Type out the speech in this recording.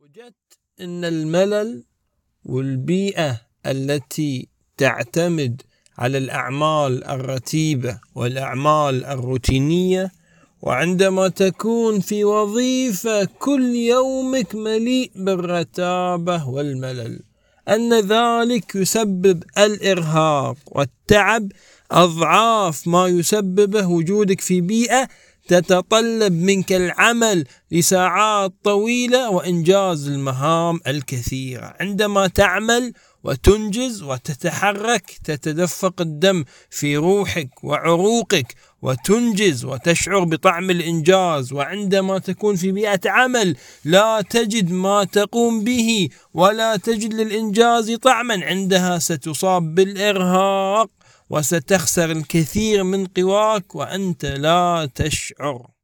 وجدت أن الملل والبيئة التي تعتمد على الأعمال الرتيبة والأعمال الروتينية، وعندما تكون في وظيفة كل يومك مليء بالرتابة والملل، أن ذلك يسبب الإرهاق والتعب أضعاف ما يسببه وجودك في بيئة تتطلب منك العمل لساعات طويلة وإنجاز المهام الكثيرة. عندما تعمل وتنجز وتتحرك تتدفق الدم في روحك وعروقك وتنجز وتشعر بطعم الإنجاز. وعندما تكون في بيئة عمل لا تجد ما تقوم به ولا تجد للإنجاز طعما، عندها ستصاب بالإرهاق وستخسر الكثير من قواك وأنت لا تشعر.